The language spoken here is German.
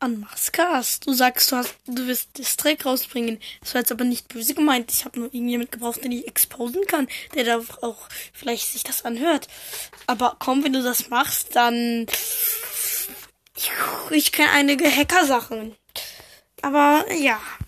an Maskas. Du sagst, du wirst Distrack rausbringen. Das war jetzt aber nicht böse gemeint. Ich habe nur irgendjemand gebraucht, den ich exposen kann, der da auch vielleicht sich das anhört. Aber komm, wenn du das machst, dann... Ich kenne einige Hacker-Sachen. Aber ja.